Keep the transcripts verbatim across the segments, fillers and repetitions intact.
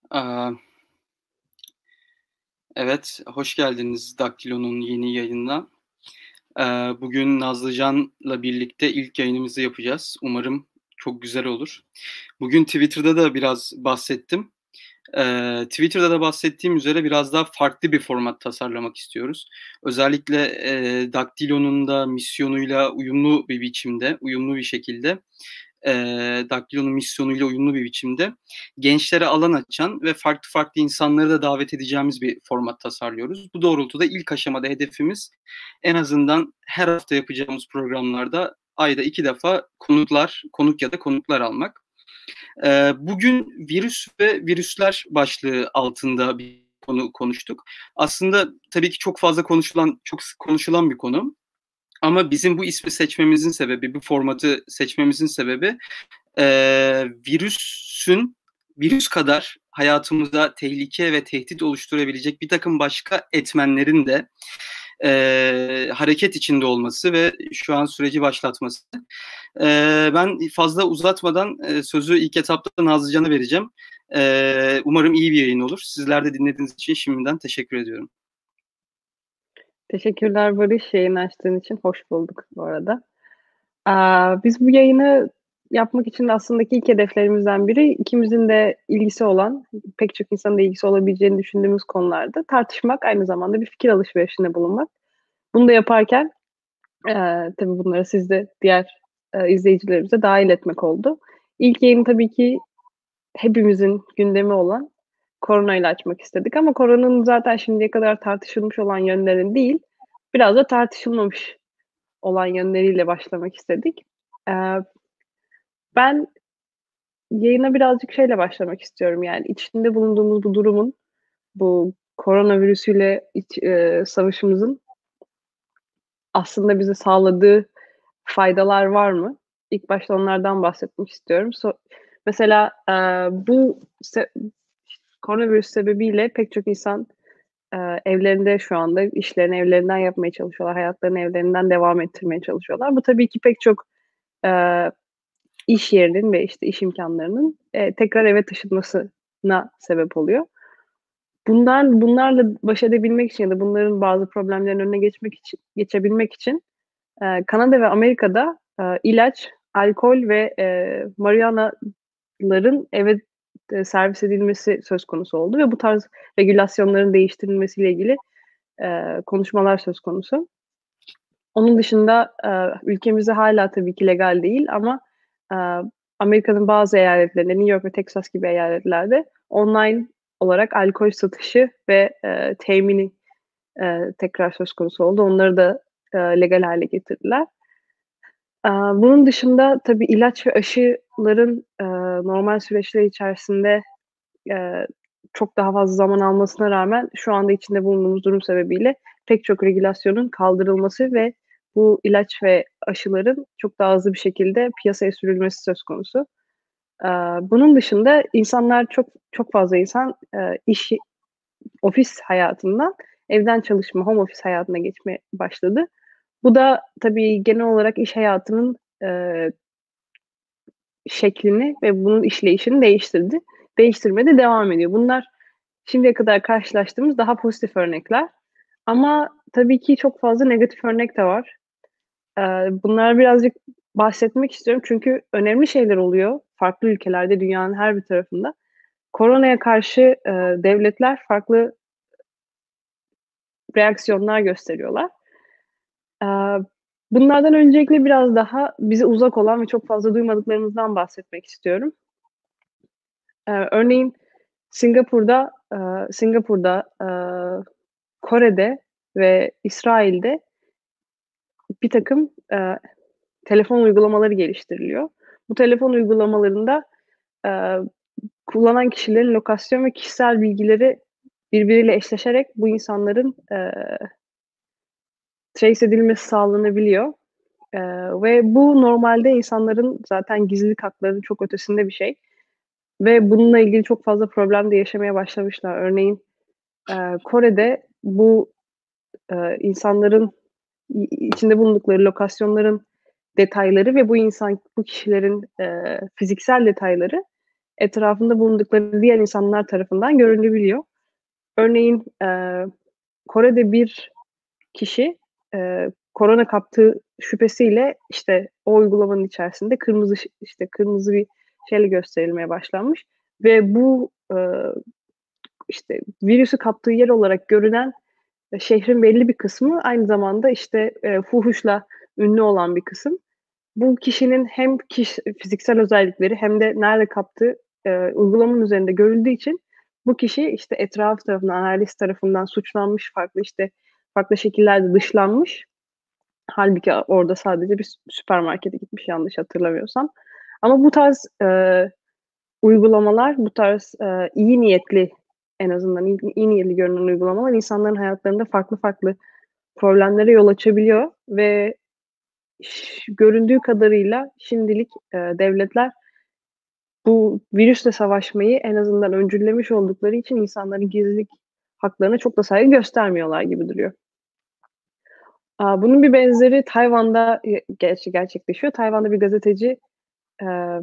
Aaa, evet, hoş geldiniz Daktilo'nun yeni yayınına. Eee, bugün Nazlıcan'la birlikte ilk yayınımızı yapacağız. Umarım çok güzel olur. Bugün Twitter'da da biraz bahsettim. Eee, Twitter'da da bahsettiğim üzere biraz daha farklı bir format tasarlamak istiyoruz. Özellikle, eee, Daktilo'nun da misyonuyla uyumlu bir biçimde, uyumlu bir şekilde, eee, Daktilo'nun misyonuyla uyumlu bir biçimde gençlere alan açan ve farklı farklı insanları da davet edeceğimiz bir format tasarlıyoruz. Bu doğrultuda ilk aşamada hedefimiz en azından her hafta yapacağımız programlarda ayda iki defa konuklar, konuk ya da konuklar almak. Eee, bugün virüs ve virüsler başlığı altında bir konu konuştuk. Aslında tabii ki çok fazla konuşulan, çok sık konuşulan bir konu. Ama bizim bu ismi seçmemizin sebebi, bu formatı seçmemizin sebebi, eee, virüsün virüs kadar hayatımıza tehlike ve tehdit oluşturabilecek birtakım başka etmenlerin de, eee, hareket içinde olması ve şu an süreci başlatması. Eee, ben fazla uzatmadan, eee, sözü ilk etapta Nazlıcan'a vereceğim. Eee, umarım iyi bir yayın olur. Sizler de dinlediğiniz için şimdiden teşekkür ediyorum. Teşekkürler Barış, yayın açtığın için. Hoş bulduk bu arada. Aaa, biz bu yayını yapmak için aslında ilk hedeflerimizden biri, ikimizin de ilgisi olan, pek çok insanın da ilgisi olabileceğini düşündüğümüz konularda tartışmak, aynı zamanda bir fikir alışverişinde bulunmak. Bunu da yaparken, eee, tabii bunları siz de diğer, eee, izleyicilerimize dâhil etmek oldu. İlk yayını tabii ki hepimizin gündemi olan koronayla açmak istedik ama koronanın zaten şimdiye kadar tartışılmış olan yönlerini değil, biraz da tartışılmamış olan yönleriyle başlamak istedik. Eee, ben yayına birazcık şeyle başlamak istiyorum, yani, içinde bulunduğumuz bu durumun, bu koronavirüsüyle iç eee, savaşımızın aslında bize sağladığı faydalar var mı? İlk başta onlardan bahsetmek istiyorum. So mesela, eee, bu se koronavirüs sebebiyle pek çok insan, eee, evlerinde şu anda işlerini evlerinden yapmaya çalışıyorlar. Hayatlarını evlerinden devam ettirmeye çalışıyorlar. Bu tabii ki pek çok, eee, iş yerinin ve, işte, iş imkânlarının, eee, tekrar eve taşınmasına sebep oluyor. Bundan bunlarla baş edebilmek için ya da bunların bazı problemlerin önüne geçmek için geçebilmek için, eee, Kanada ve Amerika'da, eee, ilaç, alkol ve, eee, marihuana'ların eve, eee, servis edilmesi söz konusu oldu ve bu tarz regülasyonların değiştirilmesiyle ilgili, eee, konuşmalar söz konusu. Onun dışında, eee, ülkemizde hâlâ tabii ki legal değil ama, eee, Amerika'nın bazı eyaletlerinde, New York ve Texas gibi eyaletlerde online olarak alkol satışı ve, eee, temini, eee, tekrar söz konusu oldu. Onları da, eee, legal hâle getirdiler. Aaa, bunun dışında tabii ilaç ve aşıların, eee, normal süreçler içerisinde, eee, çok daha fazla zaman almasına rağmen şu anda içinde bulunduğumuz durum sebebiyle pek çok regülasyonun kaldırılması ve bu ilaç ve aşıların çok daha hızlı bir şekilde piyasaya sürülmesi söz konusu. Aaa, bunun dışında insanlar çok çok fazla insan, eee, işi ofis hayatından evden çalışma, home office hayatına geçmeye başladı. Bu da tabii genel olarak iş hayatının, eee, şeklini ve bunun işleyişini değiştirdi. Değiştirmeye de devam ediyor. Bunlar şimdiye kadar karşılaştığımız daha pozitif örnekler ama tabii ki çok fazla negatif örnek de var. Eee, bunlara birazcık bahsetmek istiyorum çünkü önemli şeyler oluyor farklı ülkelerde, dünyanın her bir tarafında. Koronaya karşı, eee, devletler farklı reaksiyonlar gösteriyorlar. Eee, bunlardan öncelikle biraz daha bize uzak olan ve çok fazla duymadıklarımızdan bahsetmek istiyorum. Eee, örneğin Singapur'da, eee, Singapur'da, eee, Kore'de ve İsrail'de birtakım, eee, telefon uygulamaları geliştiriliyor. Bu telefon uygulamalarında, eee, kullanan kişilerin lokasyon ve kişisel bilgileri birbiriyle eşleşerek bu insanların, eee trace edilmesi sağlanabiliyor, eee, ve bu normalde insanların zaten gizlilik haklarının çok ötesinde bir şey ve bununla ilgili çok fazla problem de yaşamaya başlamışlar. Örneğin, eee, Kore'de bu, eee, insanların i içinde bulundukları lokasyonların detayları ve bu insan bu kişilerin, eee, fiziksel detayları etrafında bulundukları diğer insanlar tarafından görülebiliyor. Örneğin, eee, Kore'de bir kişi, eee, korona kaptığı şüphesiyle, işte, o uygulamanın içerisinde kırmızı şı işte, kırmızı bir şeyle gösterilmeye başlanmış ve bu, eee, işte, virüsü kaptığı yer olarak görünen, eee, şehrin belli bir kısmı aynı zamanda, işte, eee, fuhuşla ünlü olan bir kısım. Bu kişinin hem kiş fiziksel özellikleri hem de nerede kaptığı, eee, uygulamanın üzerinde görüldüğü için bu kişi, işte, etrafı tarafından, ailesi tarafından suçlanmış, farklı, işte, farklı şekillerde dışlanmış. Hâlbuki a orada sadece bir sü süpermarkete gitmiş yanlış hatırlamıyorsam. Ama bu tarz, eee, uygulamalar, bu tarz, eee, iyi niyetli en azından iyi iyi niyetli görünen uygulamalar insanların hayatlarında farklı farklı problemlere yol açabiliyor ve ş göründüğü kadarıyla şimdilik, eee, devletler bu virüsle savaşmayı en azından öncüllemiş oldukları için insanların gizlilik haklarına çok da saygı göstermiyorlar gibi duruyor. Aaa, bunun bir benzeri Tayvan'da, eee, gerçi gerçekleşiyor. Tayvan'da bir gazeteci, eee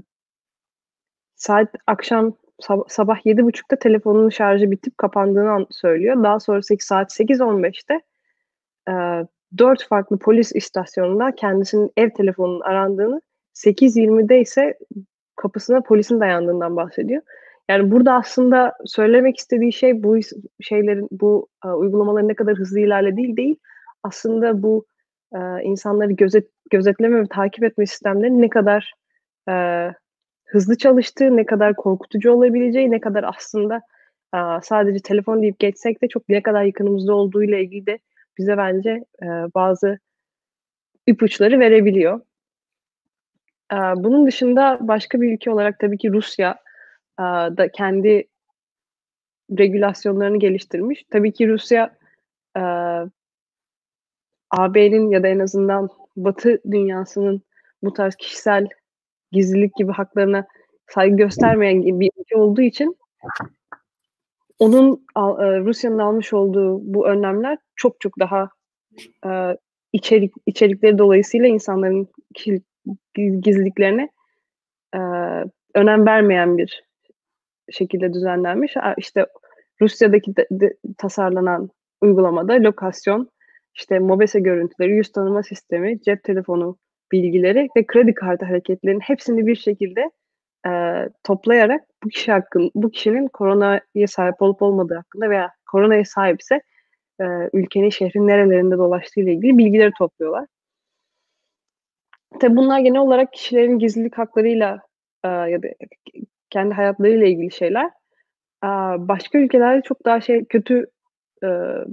saat akşam sab sabah yedi buçukta telefonunun şarjı bitip kapandığını an söylüyor. Daha sonra sek saat sekiz on beşte eee, dört farklı polis istasyonunda kendisinin ev telefonunun arandığını, sekiz yirmide ise kapısına polisin dayandığından bahsediyor. Yani, burada aslında söylemek istediği şey bu is şeylerin, bu, aaa, uygulamaların ne kadar hızlı ilerlediği değil, aslında bu, eee, insanları gözet gözetleme ve takip etme sistemlerinin ne kadar, eee, hızlı çalıştığı, ne kadar korkutucu olabileceği, ne kadar aslında, aaa, sadece telefon deyip geçsek de çok ne kadar yakınımızda olduğuyla ilgili de bize bence, eee, bazı ipuçları verebiliyor. Aaa, bunun dışında başka bir ülke olarak tabii ki Rusya, aaa, da kendi regülasyonlarını geliştirmiş. Tabii ki Rusya, aaa A B'nin ya da en azından Batı dünyasının bu tarz kişisel gizlilik gibi haklarına saygı göstermeyen gibi bir ülke olduğu için onun al eee, Rusya'nın almış olduğu bu önlemler çok çok daha, eee, içerik içerikleri dolayısıyla insanların kişilik gi gizliliklerine, eee, önem vermeyen bir şekilde düzenlenmiş. Aaa, işte, Rusya'daki de de tasarlanan uygulamada lokasyon, işte, mobese görüntüleri, yüz tanıma sistemi, cep telefonu bilgileri ve kredi kartı hareketlerinin hepsini bir şekilde, eee, toplayarak bu kişi hakkın bu kişinin koronaya sahip olup olmadığı hakkında veya koronaya sahipse, eee, ülkenin, şehrin nerelerinde dolaştığıyla ilgili bilgileri topluyorlar. Tabii bunlar genel olarak kişilerin gizlilik haklarıyla, aaa, ya da kendi hayatlarıyla ilgili şeyler. Aaa, başka ülkelerde çok daha şey kötü, eee,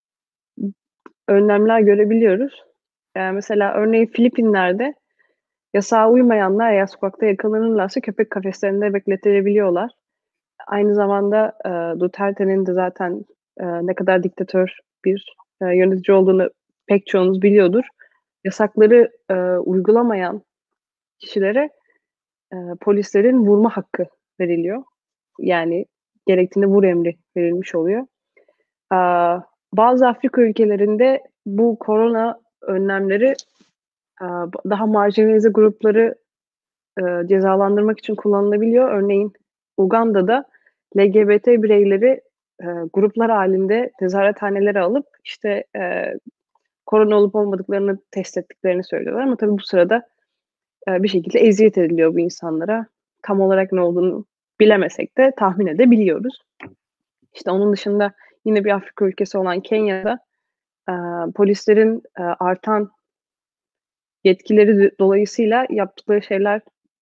önlemler görebiliyoruz. Eee, mesela örneğin Filipinler'de yasağa uymayanlar eğer sokakta yakalanırlarsa köpek kafeslerinde bekletilebiliyorlar. Aynı zamanda, eee, Duterte'nin de zaten, eee, ne kadar diktatör bir, eee, yönetici olduğunu pek çoğunuz biliyordur. Yasakları, eee, uygulamayan kişilere, eee, polislerin vurma hakkı veriliyor. Yani gerektiğinde vur emri verilmiş oluyor. Aaa, bazı Afrika ülkelerinde bu korona önlemleri, aaa, b daha marjinalize grupları, eee, cezalandırmak için kullanılabiliyor. Örneğin Uganda'da L G B T bireyleri, eee, gruplar hâlinde nezarethanelere alıp, işte, eee, korona olup olmadıklarını test ettiklerini söylüyorlar ama tabii bu sırada, eee, bir şekilde eziyet ediliyor bu insanlara. Tam olarak ne olduğunu bilemesek de tahmin edebiliyoruz. İşte, onun dışında yine bir Afrika ülkesi olan Kenya'da, aaa, polislerin, eee, artan yetkileri d dolayısıyla yaptıkları şeyler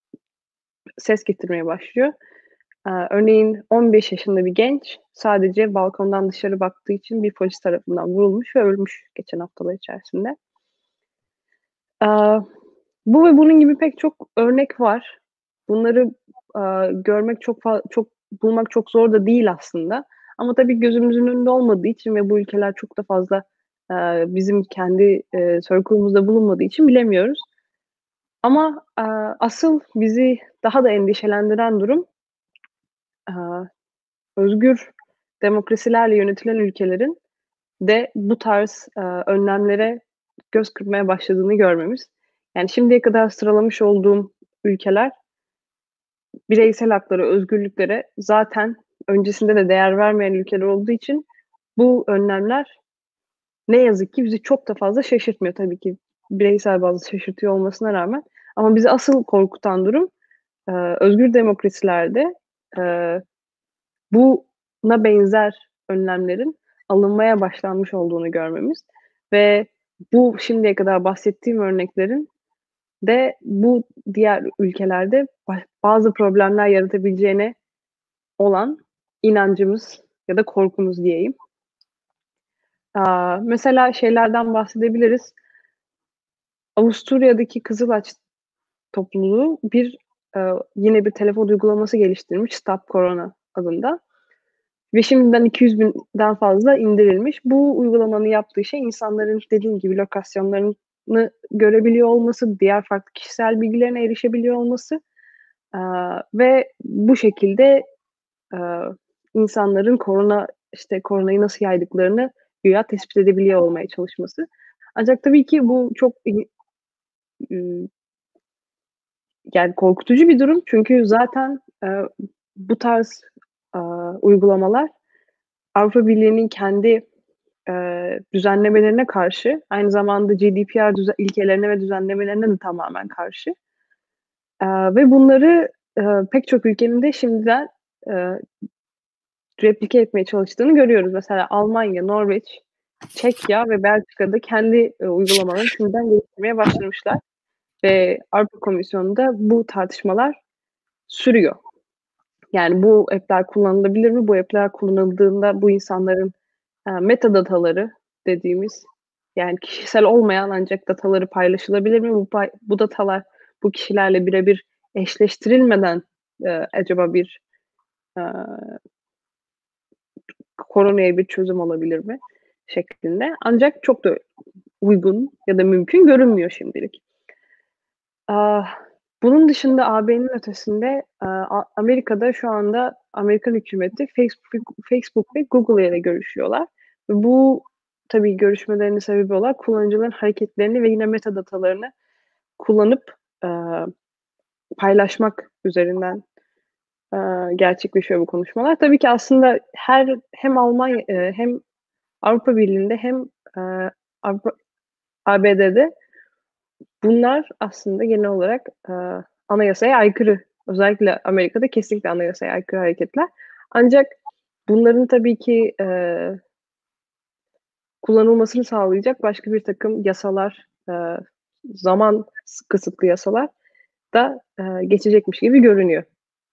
ses getirmeye başlıyor. Aaa, örneğin on beş yaşında bir genç sadece balkondan dışarı baktığı için bir polis tarafından vurulmuş ve ölmüş geçen haftalar içerisinde. Aaa, bu ve bunun gibi pek çok örnek var. Bunları, aaa, görmek çok fa çok bulmak çok zor da değil aslında ama tabii gözümüzün önünde olmadığı için ve bu ülkeler çok da fazla, eee, bizim kendi, eee, circle'ımızda bulunmadığı için bilemiyoruz. Ama, aaa, asıl bizi daha da endişelendiren durum, aaa, özgür demokrasilerle yönetilen ülkelerin de bu tarz, aaa, önlemlere göz kırpmaya başladığını görmemiz. Yani şimdiye kadar sıralamış olduğum ülkeler bireysel haklara, özgürlüklere zaten öncesinde de değer vermeyen ülkeler olduğu için bu önlemler ne yazık ki bizi çok da fazla şaşırtmıyor tabii ki. Bireysel bazı şaşırtıyor olmasına rağmen. Ama bizi asıl korkutan durum e, özgür demokrasilerde e, buna benzer önlemlerin alınmaya başlanmış olduğunu görmemiz ve bu şimdiye kadar bahsettiğim örneklerin de bu diğer ülkelerde bazı problemler yaratabileceğine olan inancımız ya da korkumuz diyeyim. Aa, mesela şeylerden bahsedebiliriz. Avusturya'daki Kızılaç topluluğu bir e, yine bir telefon uygulaması geliştirmiş Stop Corona adında. Ve şimdiden iki yüz binden fazla indirilmiş. Bu uygulamanın yaptığı şey insanların dediğim gibi lokasyonlarını görebiliyor olması, diğer farklı kişisel bilgilerine erişebiliyor olması e, ve bu şekilde e, insanların korona işte koronayı nasıl yaydıklarını güya tespit edebiliyor olmaya çalışması. Ancak tabii ki bu çok e, yani korkutucu bir durum. Çünkü zaten e, bu tarz e, uygulamalar Avrupa Birliği'nin kendi e, düzenlemelerine karşı, aynı zamanda G D P R düzen- ilkelerine ve düzenlemelerine de tamamen karşı. E, ve bunları e, pek çok ülkenin de şimdiden e, replike etmeye çalıştığını görüyoruz. Mesela Almanya, Norveç, Çekya ve Belçika'da kendi e, uygulamalarını şimdiden geliştirmeye başlamışlar. Ve Avrupa Komisyonu'nda bu tartışmalar sürüyor. Yani bu app'ler kullanılabilir mi? Bu app'ler kullanıldığında bu insanların e, metadataları dediğimiz, yani kişisel olmayan ancak dataları paylaşılabilir mi? Bu, pay, bu datalar bu kişilerle birebir eşleştirilmeden e, acaba bir e, koronaya bir çözüm olabilir mi? Şeklinde. Ancak çok da uygun ya da mümkün görünmüyor şimdilik. Ah, bunun dışında A B'nin ötesinde Amerika'da şu anda Amerikan hükümeti Facebook, Facebook ve Google ile görüşüyorlar. Ve bu tabii görüşmelerinin sebebi olarak kullanıcıların hareketlerini ve yine metadatalarını kullanıp e, paylaşmak üzerinden e, gerçekleşiyor bu konuşmalar. Tabii ki aslında her hem Almanya e, hem Avrupa Birliği'nde hem e, Avrupa, A B D'de bunlar aslında genel olarak e, anayasaya aykırı. Özellikle Amerika'da kesinlikle anayasaya aykırı hareketler. Ancak bunların tabii ki e, kullanılmasını sağlayacak başka bir takım yasalar, e, zaman kısıtlı yasalar da e, geçecekmiş gibi görünüyor.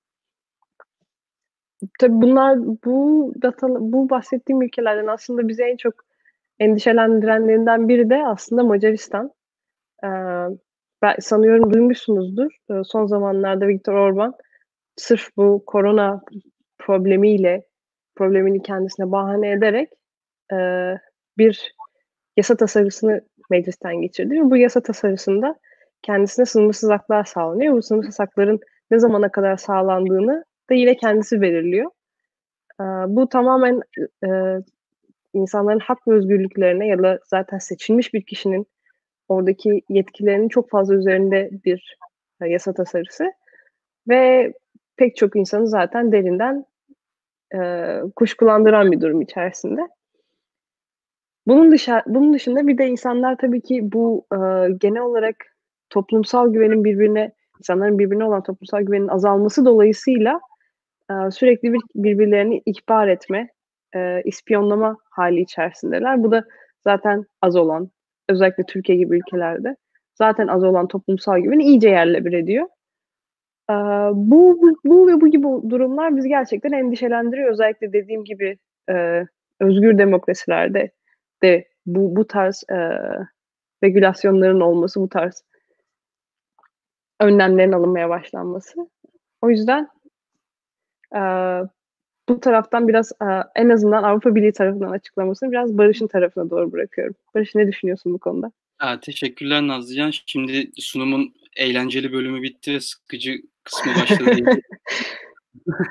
Tabii bunlar bu data, bu bahsettiğim ülkelerden aslında bizi en çok endişelendirenlerinden biri de aslında Macaristan. Ee, ben sanıyorum duymuşsunuzdur. Ee, son zamanlarda Viktor Orban sırf bu korona problemiyle problemini kendisine bahane ederek e, bir yasa tasarısını meclisten geçirdi ve bu yasa tasarısında kendisine sınırsız haklar sağlanıyor. Bu sınırsız hakların ne zamana kadar sağlandığını da yine kendisi belirliyor. Ee, bu tamamen e, insanların hak ve özgürlüklerine ya da zaten seçilmiş bir kişinin oradaki yetkilerinin çok fazla üzerinde bir e, yasa tasarısı ve pek çok insanı zaten derinden e, kuşkulandıran bir durum içerisinde. Bunun, dışa, bunun dışında bir de insanlar tabii ki bu e, genel olarak toplumsal güvenin birbirine, insanların birbirine olan toplumsal güvenin azalması dolayısıyla e, sürekli bir, birbirlerini ihbar etme, e, ispiyonlama hali içerisindeler. Bu da zaten az olan, özellikle Türkiye gibi ülkelerde zaten az olan toplumsal güveni iyice yerle bir ediyor. Ee, bu, bu, bu ve bu gibi durumlar bizi gerçekten endişelendiriyor. Özellikle dediğim gibi e, özgür demokrasilerde de bu, bu tarz e, regülasyonların olması, bu tarz önlemlerin alınmaya başlanması. O yüzden e, bu taraftan biraz e, en azından Avrupa Birliği tarafından açıklamasını biraz Barış'ın tarafına doğru bırakıyorum. Barış, ne düşünüyorsun bu konuda? Ha, teşekkürler Nazlıcan. Şimdi sunumun eğlenceli bölümü bitti. Sıkıcı kısmı başladı diye.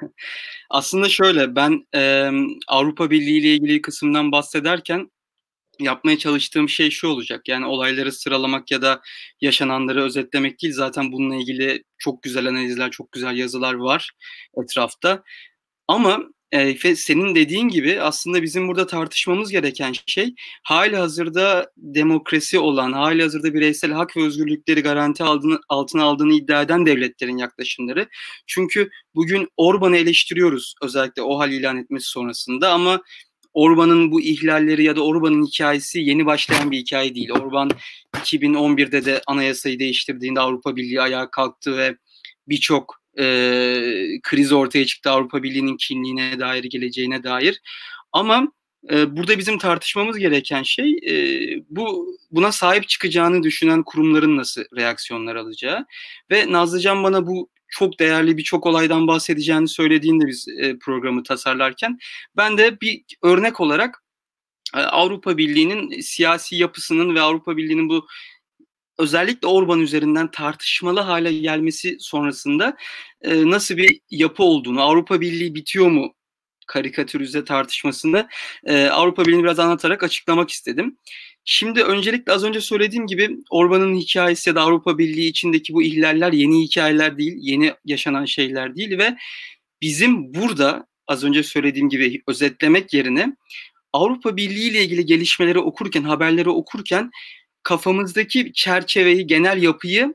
Aslında şöyle, ben e, Avrupa Birliği ile ilgili kısımdan bahsederken yapmaya çalıştığım şey şu olacak. Yani olayları sıralamak ya da yaşananları özetlemek değil. Zaten bununla ilgili çok güzel analizler, çok güzel yazılar var etrafta. Ama e, senin dediğin gibi aslında bizim burada tartışmamız gereken şey halihazırda demokrasi olan, halihazırda bireysel hak ve özgürlükleri garanti aldığını, altına aldığını iddia eden devletlerin yaklaşımları. Çünkü bugün Orban'ı eleştiriyoruz özellikle o hal ilan etmesi sonrasında ama Orban'ın bu ihlalleri ya da Orban'ın hikayesi yeni başlayan bir hikaye değil. Orban iki bin on birde de anayasayı değiştirdiğinde Avrupa Birliği ayağa kalktı ve birçok e, kriz ortaya çıktı Avrupa Birliği'nin kimliğine dair, geleceğine dair. Ama e, burada bizim tartışmamız gereken şey e, bu buna sahip çıkacağını düşünen kurumların nasıl reaksiyonlar alacağı. Ve Nazlıcan bana bu çok değerli birçok olaydan bahsedeceğini söylediğinde biz e, programı tasarlarken ben de bir örnek olarak e, Avrupa Birliği'nin siyasi yapısının ve Avrupa Birliği'nin bu özellikle Orban üzerinden tartışmalı hale gelmesi sonrasında e, nasıl bir yapı olduğunu, Avrupa Birliği bitiyor mu karikatürize tartışmasında e, Avrupa Birliği'ni biraz anlatarak açıklamak istedim. Şimdi öncelikle az önce söylediğim gibi Orban'ın hikayesi ya da Avrupa Birliği içindeki bu ihlaller yeni hikayeler değil, yeni yaşanan şeyler değil ve bizim burada az önce söylediğim gibi özetlemek yerine Avrupa Birliği ile ilgili gelişmeleri okurken, haberleri okurken kafamızdaki çerçeveyi, genel yapıyı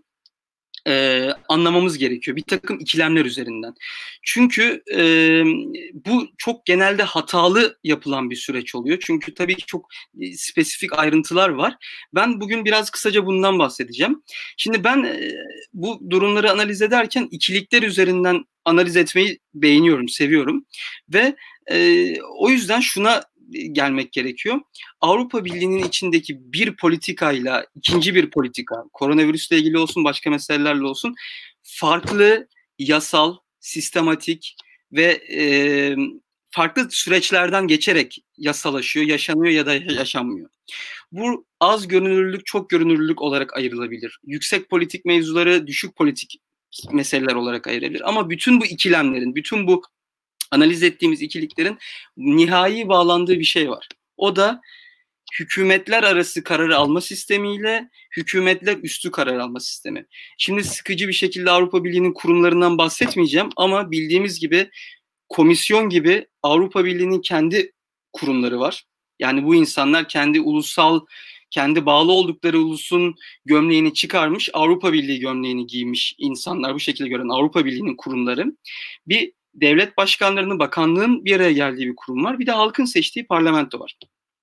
e, anlamamız gerekiyor. Bir takım ikilemler üzerinden. Çünkü e, bu çok genelde hatalı yapılan bir süreç oluyor. Çünkü tabii ki çok spesifik ayrıntılar var. Ben bugün biraz kısaca bundan bahsedeceğim. Şimdi ben e, bu durumları analiz ederken ikilikler üzerinden analiz etmeyi beğeniyorum, seviyorum. Ve e, o yüzden şuna gelmek gerekiyor. Avrupa Birliği'nin içindeki bir politikayla ikinci bir politika, koronavirüsle ilgili olsun, başka meselelerle olsun, farklı yasal, sistematik ve e, farklı süreçlerden geçerek yasalaşıyor, yaşanıyor ya da yaşanmıyor. Bu az görünürlülük, çok görünürlülük olarak ayrılabilir. Yüksek politik mevzuları, düşük politik meseleler olarak ayırabilir. Ama bütün bu ikilemlerin, bütün bu analiz ettiğimiz ikiliklerin nihai bağlandığı bir şey var. O da hükümetler arası karar alma sistemiyle hükümetler üstü karar alma sistemi. Şimdi sıkıcı bir şekilde Avrupa Birliği'nin kurumlarından bahsetmeyeceğim ama bildiğimiz gibi komisyon gibi Avrupa Birliği'nin kendi kurumları var. Yani bu insanlar kendi ulusal, kendi bağlı oldukları ulusun gömleğini çıkarmış, Avrupa Birliği gömleğini giymiş insanlar, bu şekilde gören Avrupa Birliği'nin kurumları. Bir devlet başkanlarının, bakanlığın bir araya geldiği bir kurum var. Bir de halkın seçtiği parlamento var.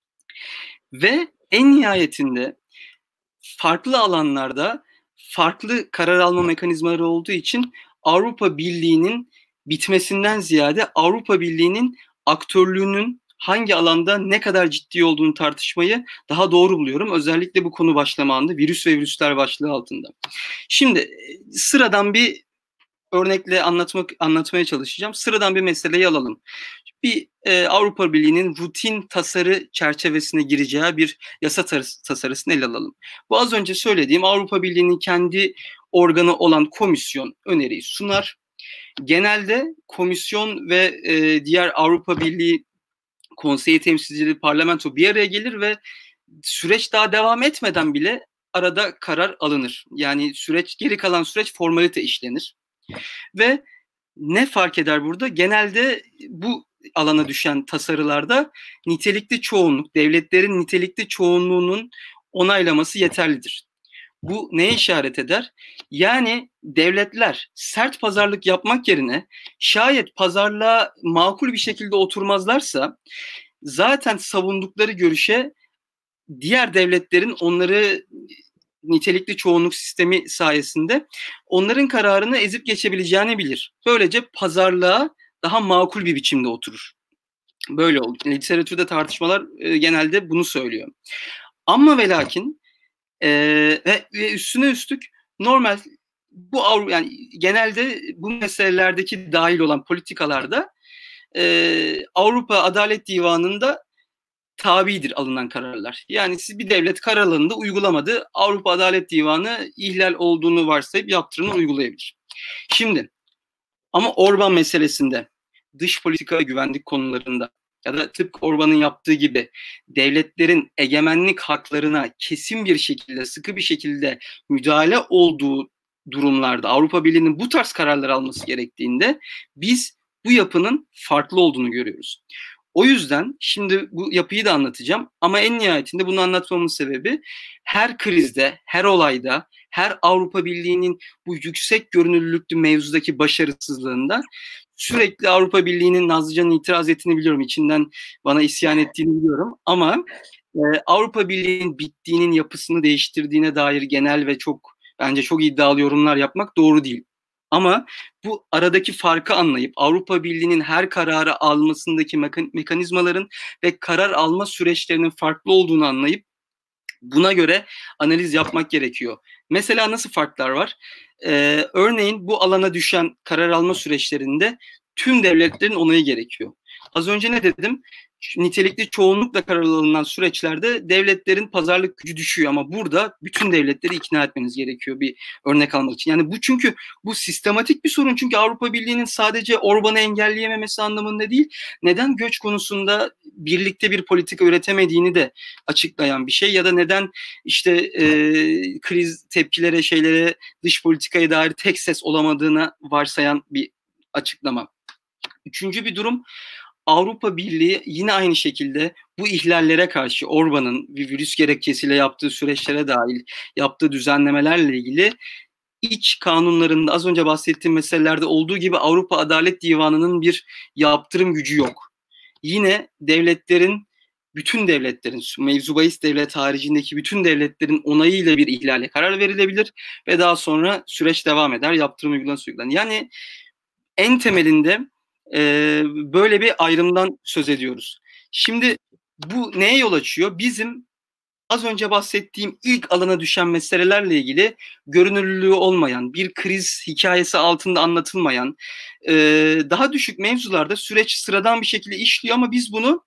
Ve en nihayetinde farklı alanlarda farklı karar alma mekanizmaları olduğu için Avrupa Birliği'nin bitmesinden ziyade Avrupa Birliği'nin aktörlüğünün hangi alanda ne kadar ciddi olduğunu tartışmayı daha doğru buluyorum. Özellikle bu konu başlamağında virüs ve virüsler başlığı altında. Şimdi sıradan bir örnekle anlatmak anlatmaya çalışacağım. Sıradan bir meseleyi alalım. Bir e, Avrupa Birliği'nin rutin tasarı çerçevesine gireceği bir yasa tar- tasarısını ele alalım. Bu az önce söylediğim Avrupa Birliği'nin kendi organı olan komisyon öneriyi sunar. Genelde komisyon ve e, diğer Avrupa Birliği konseyi temsilcileri, parlamento bir araya gelir ve süreç daha devam etmeden bile arada karar alınır. Yani süreç, geri kalan süreç formalite işlenir. Ve ne fark eder burada? Genelde bu alana düşen tasarılarda nitelikli çoğunluk, devletlerin nitelikli çoğunluğunun onaylaması yeterlidir. Bu neye işaret eder? Yani devletler sert pazarlık yapmak yerine şayet pazarlığa makul bir şekilde oturmazlarsa zaten savundukları görüşe diğer devletlerin onları nitelikli çoğunluk sistemi sayesinde onların kararını ezip geçebileceğini bilir. Böylece pazarlığa daha makul bir biçimde oturur. Böyle oldu. Literatürde tartışmalar e, genelde bunu söylüyor. Ama ve lakin e, ve, ve üstüne üstlük normal bu yani genelde bu meselelerdeki dahil olan politikalarda e, Avrupa Adalet Divanı'nda tabidir alınan kararlar. Yani siz bir devlet karar alanında uygulamadı. Avrupa Adalet Divanı ihlal olduğunu varsayıp yaptırımını uygulayabilir. Şimdi ama Orban meselesinde, dış politika ve güvenlik konularında ya da tıpkı Orban'ın yaptığı gibi devletlerin egemenlik haklarına kesin bir şekilde, sıkı bir şekilde müdahale olduğu durumlarda Avrupa Birliği'nin bu tarz kararlar alması gerektiğinde biz bu yapının farklı olduğunu görüyoruz. O yüzden şimdi bu yapıyı da anlatacağım ama en nihayetinde bunu anlatmamın sebebi her krizde, her olayda, her Avrupa Birliği'nin bu yüksek görünürlüklü mevzudaki başarısızlığında sürekli Avrupa Birliği'nin Nazlıcan'ın itiraz ettiğini biliyorum. İçinden bana isyan ettiğini biliyorum ama e, Avrupa Birliği'nin bittiğinin yapısını değiştirdiğine dair genel ve çok bence çok iddialı yorumlar yapmak doğru değil. Ama bu aradaki farkı anlayıp Avrupa Birliği'nin her kararı almasındaki mekan- mekanizmaların ve karar alma süreçlerinin farklı olduğunu anlayıp buna göre analiz yapmak gerekiyor. Mesela nasıl farklar var? Ee, örneğin bu alana düşen karar alma süreçlerinde tüm devletlerin onayı gerekiyor. Az önce ne dedim? Nitelikli çoğunlukla karar alınan süreçlerde devletlerin pazarlık gücü düşüyor ama burada bütün devletleri ikna etmeniz gerekiyor bir örnek almak için. Yani bu çünkü bu sistematik bir sorun çünkü Avrupa Birliği'nin sadece Orban'ı engelleyememesi anlamında değil, neden göç konusunda birlikte bir politika üretemediğini de açıklayan bir şey ya da neden işte e, kriz tepkilere şeylere dış politikaya dair tek ses olamadığına varsayan bir açıklama. Üçüncü bir durum Avrupa Birliği yine aynı şekilde bu ihlallere karşı Orban'ın virüs gerekçesiyle yaptığı süreçlere dahil yaptığı düzenlemelerle ilgili iç kanunlarında az önce bahsettiğim meselelerde olduğu gibi Avrupa Adalet Divanı'nın bir yaptırım gücü yok. Yine devletlerin, bütün devletlerin, mevzu bahis devlet haricindeki bütün devletlerin onayıyla bir ihlale karar verilebilir ve daha sonra süreç devam eder, yaptırım uygulanır. Yani en temelinde e, böyle bir ayrımdan söz ediyoruz. Şimdi bu neye yol açıyor? Bizim az önce bahsettiğim ilk alana düşen meselelerle ilgili görünürlüğü olmayan, bir kriz hikayesi altında anlatılmayan, e, daha düşük mevzularda süreç sıradan bir şekilde işliyor ama biz bunu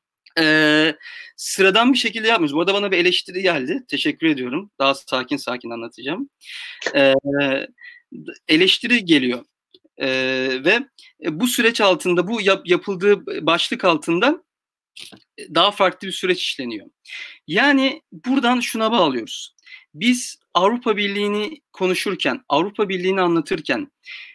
e, sıradan bir şekilde yapmıyoruz. Bu arada bana bir eleştiri geldi. Teşekkür ediyorum. Daha sakin sakin anlatacağım. E, eleştiri geliyor. E, ve bu süreç altında, bu yap, yapıldığı başlık altında daha farklı bir süreç işleniyor. Yani buradan şuna bağlıyoruz. Biz Avrupa Birliği'ni konuşurken, Avrupa Birliği'ni anlatırken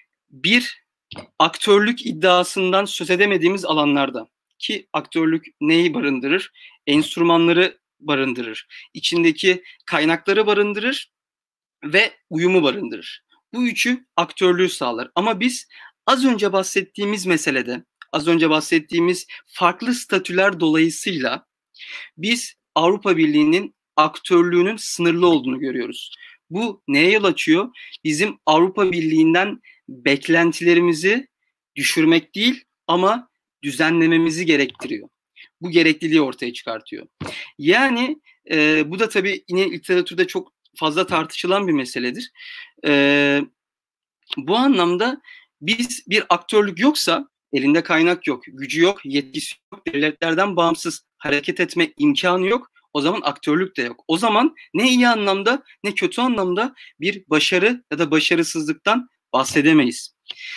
bir aktörlük iddiasından söz edemediğimiz alanlarda ki aktörlük neyi barındırır? Enstrümanları barındırır. İçindeki kaynakları barındırır ve uyumu barındırır. Bu üçü aktörlüğü sağlar. Ama biz az önce bahsettiğimiz meselede, az önce bahsettiğimiz farklı statüler dolayısıyla biz Avrupa Birliği'nin aktörlüğünün sınırlı olduğunu görüyoruz. Bu neye yol açıyor? Bizim Avrupa Birliği'nden beklentilerimizi düşürmek değil ama düzenlememizi gerektiriyor. Bu gerekliliği ortaya çıkartıyor. Yani e, bu da tabii yine literatürde çok fazla tartışılan bir meseledir. E, bu anlamda biz bir aktörlük yoksa, elinde kaynak yok, gücü yok, yetkisi yok, devletlerden bağımsız hareket etme imkanı yok. O zaman aktörlük de yok. O zaman ne iyi anlamda ne kötü anlamda bir başarı ya da başarısızlıktan bahsedemeyiz.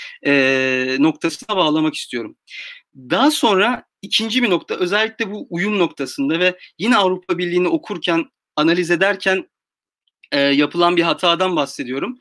E, noktasına bağlamak istiyorum. Daha sonra ikinci bir nokta, özellikle bu uyum noktasında ve yine Avrupa Birliği'ni okurken, analiz ederken e, yapılan bir hatadan bahsediyorum.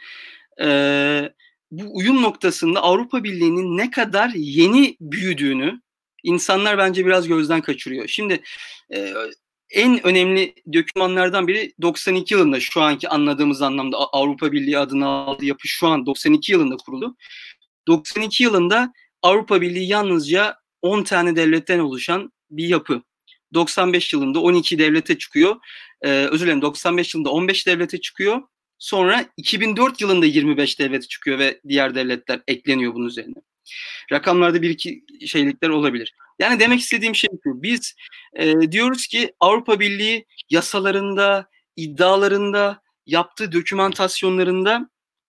E, bu uyum noktasında Avrupa Birliği'nin ne kadar yeni büyüdüğünü insanlar bence biraz gözden kaçırıyor. Şimdi e, en önemli dokümanlardan biri doksan iki yılında, şu anki anladığımız anlamda Avrupa Birliği adını aldığı yapı şu an doksan iki yılında kuruldu. doksan iki yılında Avrupa Birliği yalnızca on tane devletten oluşan bir yapı. doksan beş yılında on iki devlete çıkıyor. Ee, özür dilerim, doksan beş yılında on beş devlete çıkıyor. Sonra iki bin dört yılında yirmi beş devlete çıkıyor ve diğer devletler ekleniyor bunun üzerine. Rakamlarda bir iki şeylikler olabilir. Yani demek istediğim şey şu. Biz e, diyoruz ki Avrupa Birliği yasalarında, iddialarında, yaptığı dokümantasyonlarında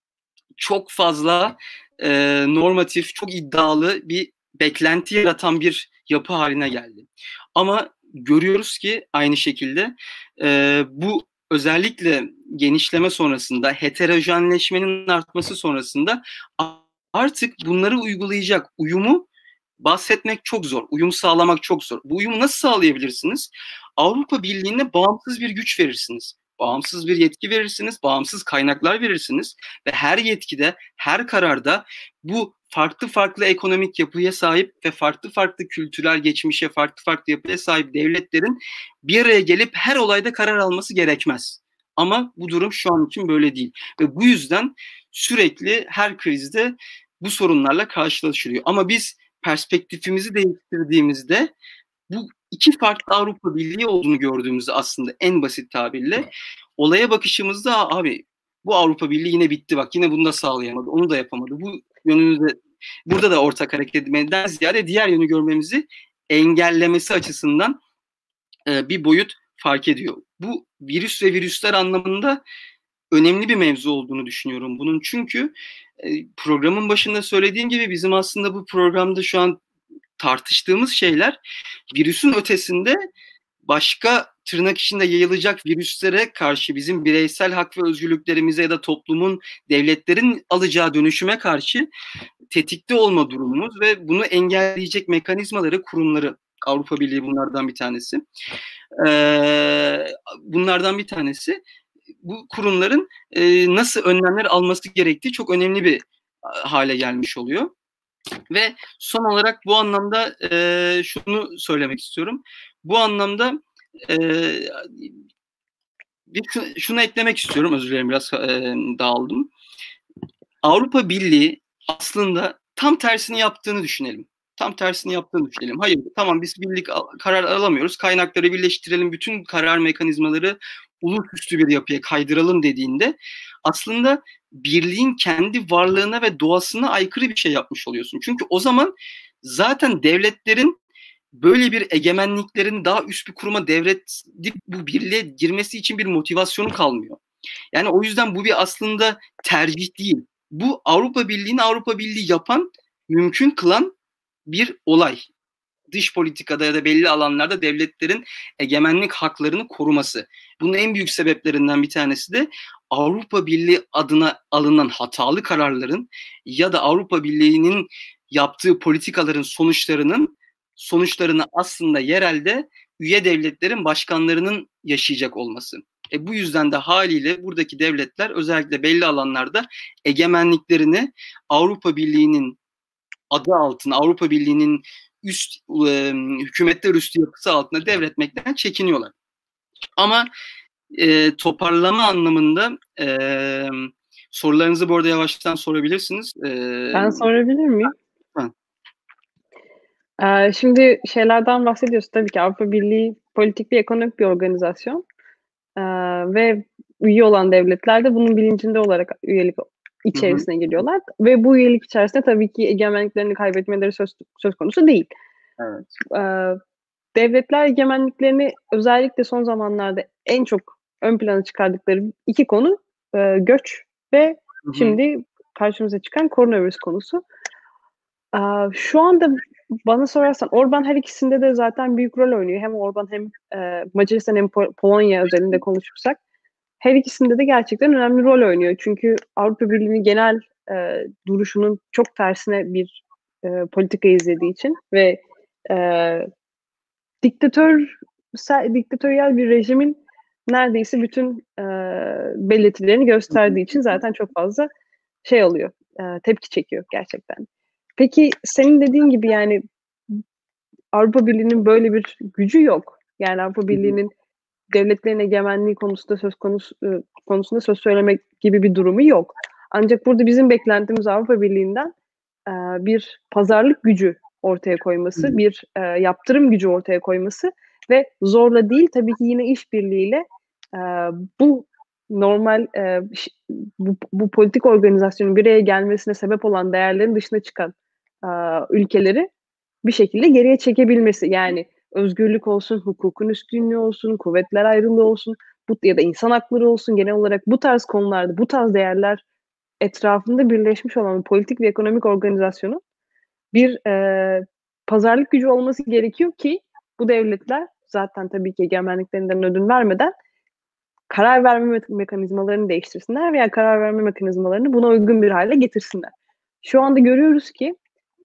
çok fazla e, normatif, çok iddialı bir beklenti yaratan bir yapı haline geldi. Ama görüyoruz ki aynı şekilde e, bu özellikle genişleme sonrasında, heterojenleşmenin artması sonrasında artık bunları uygulayacak uyumu bahsetmek çok zor. Uyum sağlamak çok zor. Bu uyumu nasıl sağlayabilirsiniz? Avrupa Birliği'ne bağımsız bir güç verirsiniz. Bağımsız bir yetki verirsiniz, bağımsız kaynaklar verirsiniz ve her yetkide, her kararda bu farklı farklı ekonomik yapıya sahip ve farklı farklı kültürel geçmişe, farklı farklı yapıya sahip devletlerin bir araya gelip her olayda karar alması gerekmez. Ama bu durum şu an için böyle değil. Ve bu yüzden sürekli her krizde bu sorunlarla karşılaşılıyor. Ama biz perspektifimizi değiştirdiğimizde bu iki farklı Avrupa Birliği olduğunu gördüğümüzde aslında en basit tabirle olaya bakışımızda abi bu Avrupa Birliği yine bitti bak yine bunu da sağlayamadı onu da yapamadı. Bu yönünde burada da ortak hareket etmeden ziyade diğer yönü görmemizi engellemesi açısından e, bir boyut fark ediyor. Bu virüs ve virüsler anlamında önemli bir mevzu olduğunu düşünüyorum bunun. Çünkü e, programın başında söylediğim gibi bizim aslında bu programda şu an tartıştığımız şeyler virüsün ötesinde başka tırnak içinde yayılacak virüslere karşı bizim bireysel hak ve özgürlüklerimize ya da toplumun, devletlerin alacağı dönüşüme karşı tetikte olma durumumuz ve bunu engelleyecek mekanizmaları, kurumları, Avrupa Birliği bunlardan bir tanesi. Ee, bunlardan bir tanesi. Bu kurumların e, nasıl önlemler alması gerektiği çok önemli bir hale gelmiş oluyor. Ve son olarak bu anlamda e, şunu söylemek istiyorum. Bu anlamda e, bir, şunu eklemek istiyorum. Özür dilerim biraz e, dağıldım. Avrupa Birliği aslında tam tersini yaptığını düşünelim. Tam tersini yaptığını düşünelim. Hayır tamam biz birlik karar alamıyoruz. Kaynakları birleştirelim. Bütün karar mekanizmaları ulusüstü bir yapıya kaydıralım dediğinde aslında birliğin kendi varlığına ve doğasına aykırı bir şey yapmış oluyorsun. Çünkü o zaman zaten devletlerin böyle bir egemenliklerin daha üst bir kuruma devredip bu birliğe girmesi için bir motivasyonu kalmıyor. Yani o yüzden bu bir aslında tercih değil. Bu Avrupa Birliği'ni Avrupa Birliği yapan, mümkün kılan bir olay. Dış politikada ya da belli alanlarda devletlerin egemenlik haklarını koruması. Bunun en büyük sebeplerinden bir tanesi de Avrupa Birliği adına alınan hatalı kararların ya da Avrupa Birliği'nin yaptığı politikaların sonuçlarının sonuçlarını aslında yerelde üye devletlerin başkanlarının yaşayacak olması. E bu yüzden de haliyle buradaki devletler özellikle belli alanlarda egemenliklerini Avrupa Birliği'nin adı altına, Avrupa Birliği'nin üst e, hükümetler üstü yapısı altında devretmekten çekiniyorlar. Ama e, toparlama anlamında e, sorularınızı bu arada yavaştan sorabilirsiniz. E, ben sorabilir miyim? Ben. Ee, şimdi şeylerden bahsediyoruz tabii ki Avrupa Birliği politik bir ekonomik bir organizasyon ee, ve üye olan devletler de bunun bilincinde olarak üyelik içerisine giriyorlar ve bu üyelik içerisinde tabii ki egemenliklerini kaybetmeleri söz, söz konusu değil. Evet. Ee, devletler egemenliklerini özellikle son zamanlarda en çok ön plana çıkardıkları iki konu e, göç ve hı hı. Şimdi karşımıza çıkan koronavirüs konusu. Ee, şu anda bana sorarsan Orban her ikisinde de zaten büyük rol oynuyor. Hem Orban hem e, Macaristan hem Polonya özelinde konuşursak her ikisinde de gerçekten önemli rol oynuyor. Çünkü Avrupa Birliği'nin genel e, duruşunun çok tersine bir e, politika izlediği için ve e, diktatör diktatöryel bir rejimin neredeyse bütün e, belirtilerini gösterdiği için zaten çok fazla şey oluyor, e, tepki çekiyor gerçekten. Peki senin dediğin gibi yani Avrupa Birliği'nin böyle bir gücü yok. Yani Avrupa Birliği'nin devletlerin egemenliği konusunda söz konusu konusunda söz söylemek gibi bir durumu yok. Ancak burada bizim beklentimiz Avrupa Birliği'nden e, bir pazarlık gücü ortaya koyması, bir e, yaptırım gücü ortaya koyması ve zorla değil tabii ki yine işbirliğiyle e, bu normal e, bu, bu politik organizasyonun bir araya gelmesine sebep olan değerlerin dışına çıkan e, ülkeleri bir şekilde geriye çekebilmesi. Yani özgürlük olsun, hukukun üstünlüğü olsun, kuvvetler ayrılığı olsun bu, ya da insan hakları olsun, genel olarak bu tarz konularda, bu tarz değerler etrafında birleşmiş olan bir politik ve ekonomik organizasyonun bir e, pazarlık gücü olması gerekiyor ki bu devletler zaten tabii ki egemenliklerinden ödün vermeden karar verme mekanizmalarını değiştirsinler veya karar verme mekanizmalarını buna uygun bir hale getirsinler. Şu anda görüyoruz ki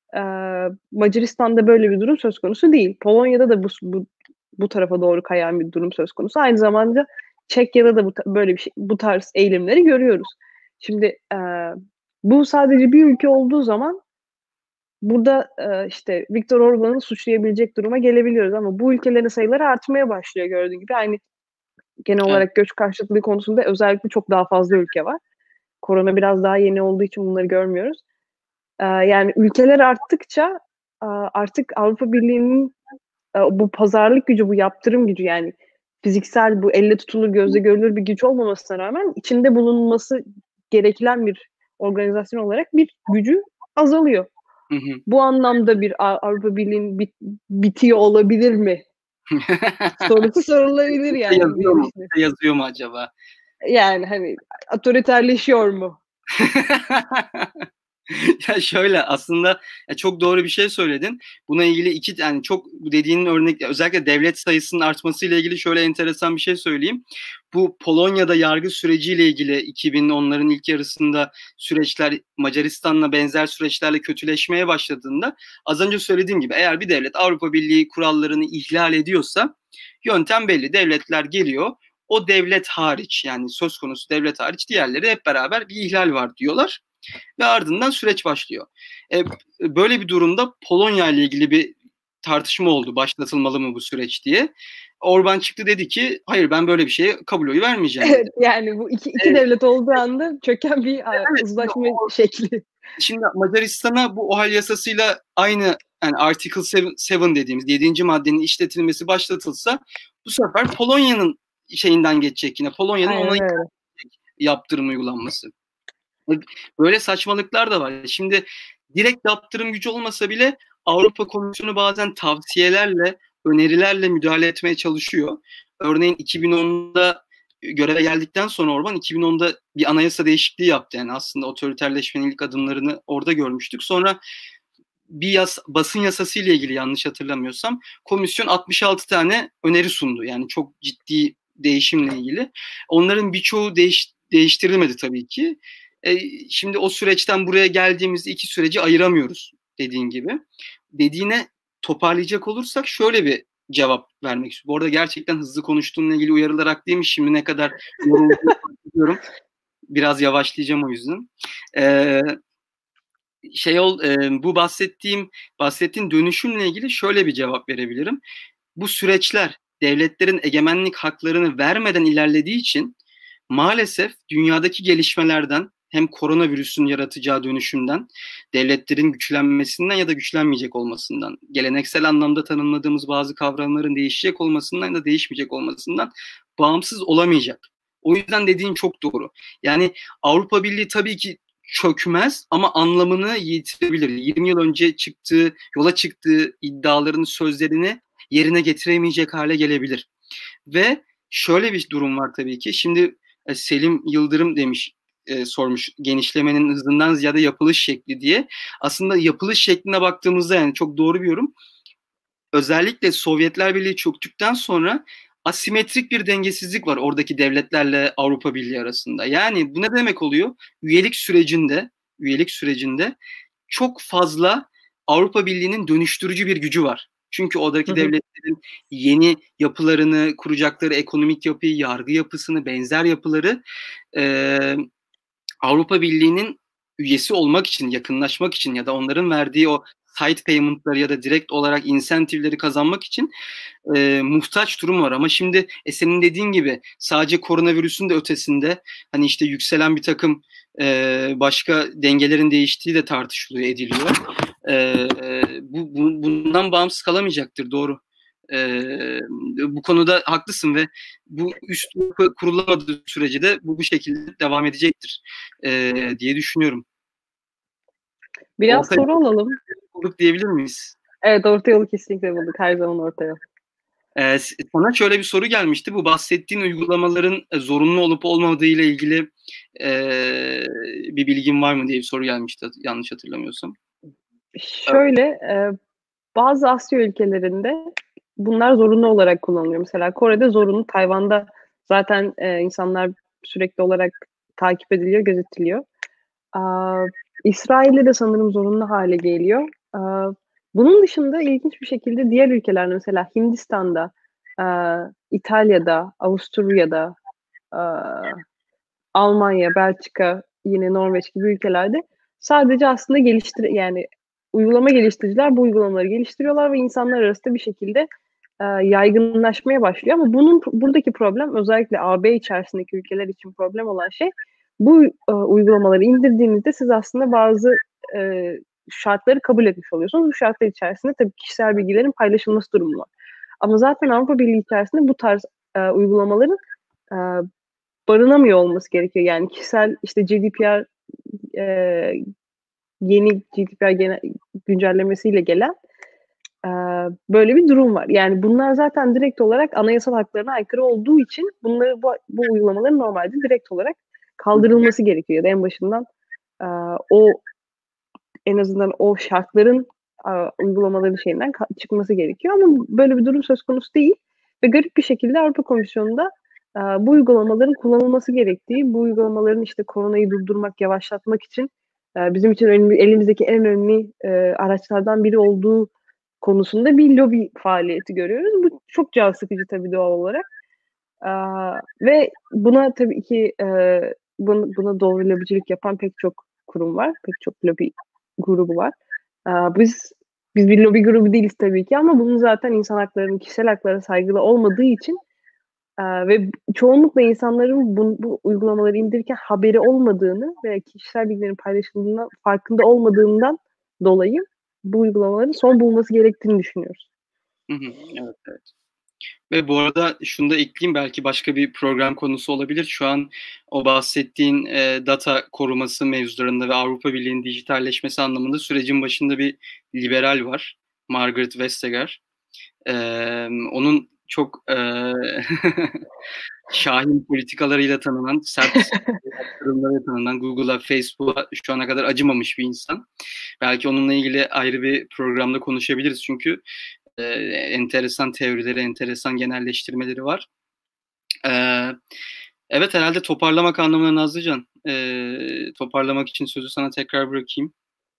Eee, Macaristan'da böyle bir durum söz konusu değil. Polonya'da da bu bu bu tarafa doğru kayan bir durum söz konusu. Aynı zamanda Çekya'da da bu ta böyle bir şey bu tarz eğilimleri görüyoruz. Şimdi, eee, bu sadece bir ülke olduğu zaman burada, eee, işte, Viktor Orbán'ı suçlayabilecek duruma gelebiliyoruz ama bu ülkelerin sayıları artmaya başlıyor gördüğün gibi. Hani, genel Evet. olarak göç karşıtlığı konusunda özellikle çok daha fazla ülke var. Korona biraz daha yeni olduğu için bunları görmüyoruz. Eee, yani ülkeler arttıkça, aaa, artık Avrupa Birliği'nin, eee, bu pazarlık gücü, bu yaptırım gücü, yani fiziksel, bu elle tutulur, gözle görülür bir güç olmamasına rağmen içinde bulunması gerekilen bir organizasyon olarak bir gücü azalıyor. Hı hı. Bu anlamda bir A Avrupa Birliği'nin bit bitiyor olabilir mi sorusu sorulabilir Üste yani yazıyor diye mu? düşünüyorum. Üste yazıyor mu acaba? Yani, hani, otoriterleşiyor mu? Ya, şöyle, aslında, ya, çok doğru bir şey söyledin. Buna ilgili iki yani, çok bu dediğin örnek özellikle devlet sayısının artmasıyla ilgili şöyle enteresan bir şey söyleyeyim. Bu Polonya'da yargı süreciyle ilgili iki bin onların ilk yarısında süreçler Macaristan'la benzer süreçlerle kötüleşmeye başladığında az önce söylediğim gibi eğer bir devlet Avrupa Birliği kurallarını ihlal ediyorsa yöntem belli. Devletler geliyor, o devlet hariç yani söz konusu devlet hariç diğerleri hep beraber bir ihlal var diyorlar ve ardından süreç başlıyor. E, böyle bir durumda Polonya ile ilgili bir tartışma oldu. Başlatılmalı mı bu süreç diye. Orbán çıktı dedi ki hayır ben böyle bir şeye kabul oyu vermeyeceğim Evet, dedi. yani bu iki iki Evet. devlet olduğu anda çöken bir, aaa, Evet. Şimdi, uzlaşma o, şekli. şimdi Macaristan'a bu OHAL yasasıyla aynı yani Article seven dediğimiz yedinci maddenin işletilmesi başlatılsa bu sefer Polonya'nın şeyinden geçecek yine. Polonya'nın ona Aynen öyle. yaptırım uygulanması. Böyle saçmalıklar da var. Şimdi direkt yaptırım gücü olmasa bile Avrupa Komisyonu bazen tavsiyelerle, önerilerle müdahale etmeye çalışıyor. Örneğin iki bin onda göreve geldikten sonra Orban iki bin onda bir anayasa değişikliği yaptı. Yani aslında otoriterleşmenin ilk adımlarını orada görmüştük. Sonra bir yas, basın yasası ile ilgili yanlış hatırlamıyorsam komisyon altmış altı tane öneri sundu. Yani çok ciddi değişimle ilgili. Onların birçoğu değiş, değiştirilmedi tabii ki. E, şimdi o süreçten buraya geldiğimizde iki süreci ayıramıyoruz dediğin gibi. Dediğine toparlayacak olursak şöyle bir cevap vermek istiyorum. Bu arada gerçekten hızlı konuştuğumla ilgili uyarılar haklıymış. Şimdi ne kadar yorulduğumu biliyorum. Biraz yavaşlayacağım o yüzden. Ee, şey ol, e, bu bahsettiğim bahsettiğin dönüşümle ilgili şöyle bir cevap verebilirim. Bu süreçler devletlerin egemenlik haklarını vermeden ilerlediği için maalesef dünyadaki gelişmelerden hem koronavirüsün yaratacağı dönüşümden, devletlerin güçlenmesinden ya da güçlenmeyecek olmasından, geleneksel anlamda tanımladığımız bazı kavramların değişecek olmasından ya da değişmeyecek olmasından bağımsız olamayacak. O yüzden dediğin çok doğru. Yani Avrupa Birliği tabii ki çökmez ama anlamını yitirebilir. yirmi yıl önce çıktığı, yola çıktığı iddialarını, sözlerini yerine getiremeyecek hale gelebilir. Ve şöyle bir durum var tabii ki. Şimdi Selim Yıldırım demiş, e, sormuş genişlemenin hızından ziyade yapılış şekli diye. Aslında yapılış şekline baktığımızda yani çok doğru bir yorum. Özellikle Sovyetler Birliği çöktükten sonra asimetrik bir dengesizlik var oradaki devletlerle Avrupa Birliği arasında. Yani bu ne demek oluyor? Üyelik sürecinde, üyelik sürecinde çok fazla Avrupa Birliği'nin dönüştürücü bir gücü var. Çünkü Hı oradaki hı. devletlerin yeni yapılarını, kuracakları ekonomik yapıyı, yargı yapısını, benzer yapıları e, Avrupa Birliği'nin üyesi olmak için, yakınlaşmak için ya da onların verdiği o side payment'ları ya da direkt olarak insentifleri kazanmak için e, muhtaç durum var. Ama şimdi e, senin dediğin gibi sadece koronavirüsün de ötesinde hani işte yükselen bir takım e, başka dengelerin değiştiği de tartışılıyor, ediliyor. E, bu, bu bundan bağımsız kalamayacaktır, doğru. Ee, bu konuda haklısın ve bu üst yapı kurulamadığı sürece de bu bu şekilde devam edecektir ee, diye düşünüyorum. Biraz Orta soru alalım. bulduk diyebilir miyiz? Evet, orta yolu kesinlikle bulduk. Her zaman orta yol. Ee, sana şöyle bir soru gelmişti. Bu bahsettiğin uygulamaların zorunlu olup olmadığı ile ilgili e, bir bilgin var mı diye bir soru gelmişti yanlış hatırlamıyorsam. Şöyle, eee, bazı Asya ülkelerinde bunlar zorunlu olarak kullanılıyor. Mesela Kore'de zorunlu, Tayvan'da zaten, eee, insanlar sürekli olarak takip ediliyor, gözetiliyor. Aaa, İsrail'de de sanırım zorunlu hale geliyor. Aaa, bunun dışında ilginç bir şekilde diğer ülkelerde mesela Hindistan'da, aaa, İtalya'da, Avusturya'da, aaa, Almanya, Belçika, yine Norveç gibi ülkelerde sadece aslında geliştir yani uygulama geliştiriciler bu uygulamaları geliştiriyorlar ve insanlar arasında bir şekilde, aaa, yaygınlaşmaya başlıyor ama bunun buradaki problem özellikle A B içerisindeki ülkeler için problem olan şey bu, aaa, uygulamaları indirdiğinizde siz aslında bazı, eee, şartları kabul etmiş oluyorsunuz. Bu şartlar içerisinde tabii kişisel bilgilerin paylaşılması durumu var. Ama zaten Avrupa Birliği içerisinde bu tarz, aaa, uygulamaların, aaa, barınamıyor olması gerekiyor. Yani kişisel, işte, G D P R, eee, yeni G D P R gene güncellemesiyle gelen, aaa, böyle bir durum var. Yani bunlar zaten direkt olarak anayasal haklarına aykırı olduğu için bunları bu bu uygulamaların normalde direkt olarak Hı hı. kaldırılması gerekiyor ya da en başından, aaa, o en azından o şartların, aaa, uygulamaların şeyinden ka çıkması gerekiyor ama böyle bir durum söz konusu değil ve garip bir şekilde Avrupa Komisyonu'nda, aaa, bu uygulamaların kullanılması gerektiği, bu uygulamaların, işte, koronayı durdurmak, yavaşlatmak için, eee, bizim için önemli elimizdeki en önemli, eee, araçlardan biri olduğu konusunda bir lobi faaliyeti görüyoruz. Bu çok can sıkıcı tabii doğal olarak. Aaa, ve buna tabii ki, eee, bun buna doğru lobicilik yapan pek çok kurum var, pek çok lobi grubu var. Aaa, biz biz bir lobi grubu değiliz tabii ki ama bunun zaten insan haklarının, kişisel haklara saygılı olmadığı için, aaa, ve çoğunlukla insanların bun bu uygulamaları indirirken haberi olmadığını ve kişisel bilgilerin paylaşıldığından farkında olmadığından dolayı bu uygulamaların son bulması gerektiğini düşünüyoruz. Hı hı. Evet, evet. Ve bu arada şunu da ekleyeyim, belki başka bir program konusu olabilir. Şu an o bahsettiğin, eee, data koruması mevzularında ve Avrupa Birliği'nin dijitalleşmesi anlamında sürecin başında bir liberal var, Margaret Vestager. Emm, onun çok, eee, şahin politikalarıyla tanınan, sert yaptırımlarıyla tanınan, Google'a, Facebook'a şu ana kadar acımamış bir insan. Belki onunla ilgili ayrı bir programda konuşabiliriz çünkü, eee, enteresan teorileri, enteresan genelleştirmeleri var. Eee, evet, herhâlde toparlamak anlamında Nazlıcan, eee, toparlamak için sözü sana tekrar bırakayım.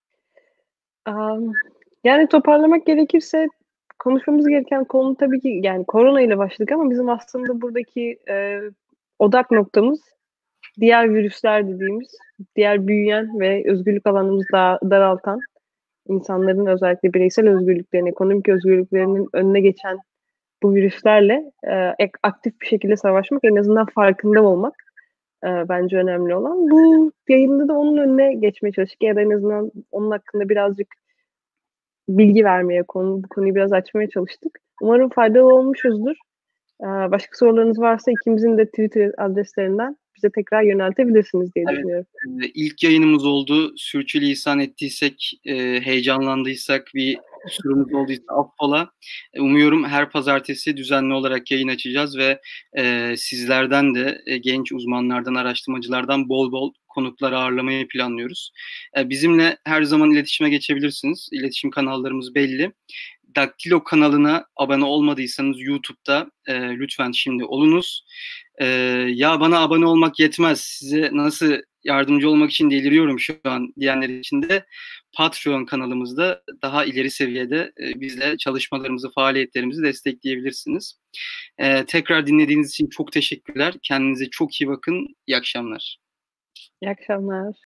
Amm, yani toparlamak gerekirse konuşmamız gereken konu tabii ki yani korona ile başladık ama bizim aslında buradaki, eee, odak noktamız diğer virüsler dediğimiz, diğer büyüyen ve özgürlük alanımızı da daraltan, insanların özellikle bireysel özgürlüklerini, ekonomik özgürlüklerinin önüne geçen bu virüslerle, eee, ek aktif bir şekilde savaşmak, en azından farkında olmak, eee, bence önemli olan. Bu yayında da onun önüne geçmeye çalıştık ya da en azından onun hakkında birazcık bilgi vermeye, konu bu konuyu biraz açmaya çalıştık. Umarım faydalı olmuşuzdur. Eee, başka sorularınız varsa ikimizin de Twitter adreslerinden bize tekrar yöneltebilirsiniz diye Evet, düşünüyorum. eee, ilk yayınımız oldu. Sürçülisan ettiysek, eee, heyecanlandıysak, bir kusurumuz olduysa affola. Eee, umuyorum her pazartesi düzenli olarak yayın açacağız ve, eee, sizlerden de, eee, genç uzmanlardan, araştırmacılardan bol bol konuklar ağırlamayı planlıyoruz. Eee, bizimle her zaman iletişime geçebilirsiniz. İletişim kanallarımız belli. Daktilo kanalına abone olmadıysanız YouTube'da, eee, lütfen şimdi olunuz. Eee, "Ya, bana abone olmak yetmez, size nasıl yardımcı olmak için deliriyorum şu an." diyenler için de Patreon kanalımızda daha ileri seviyede, eee, bizle çalışmalarımızı, faaliyetlerimizi destekleyebilirsiniz. Eee, tekrar dinlediğiniz için çok teşekkürler. Kendinize çok iyi bakın. İyi akşamlar. İyi akşamlar.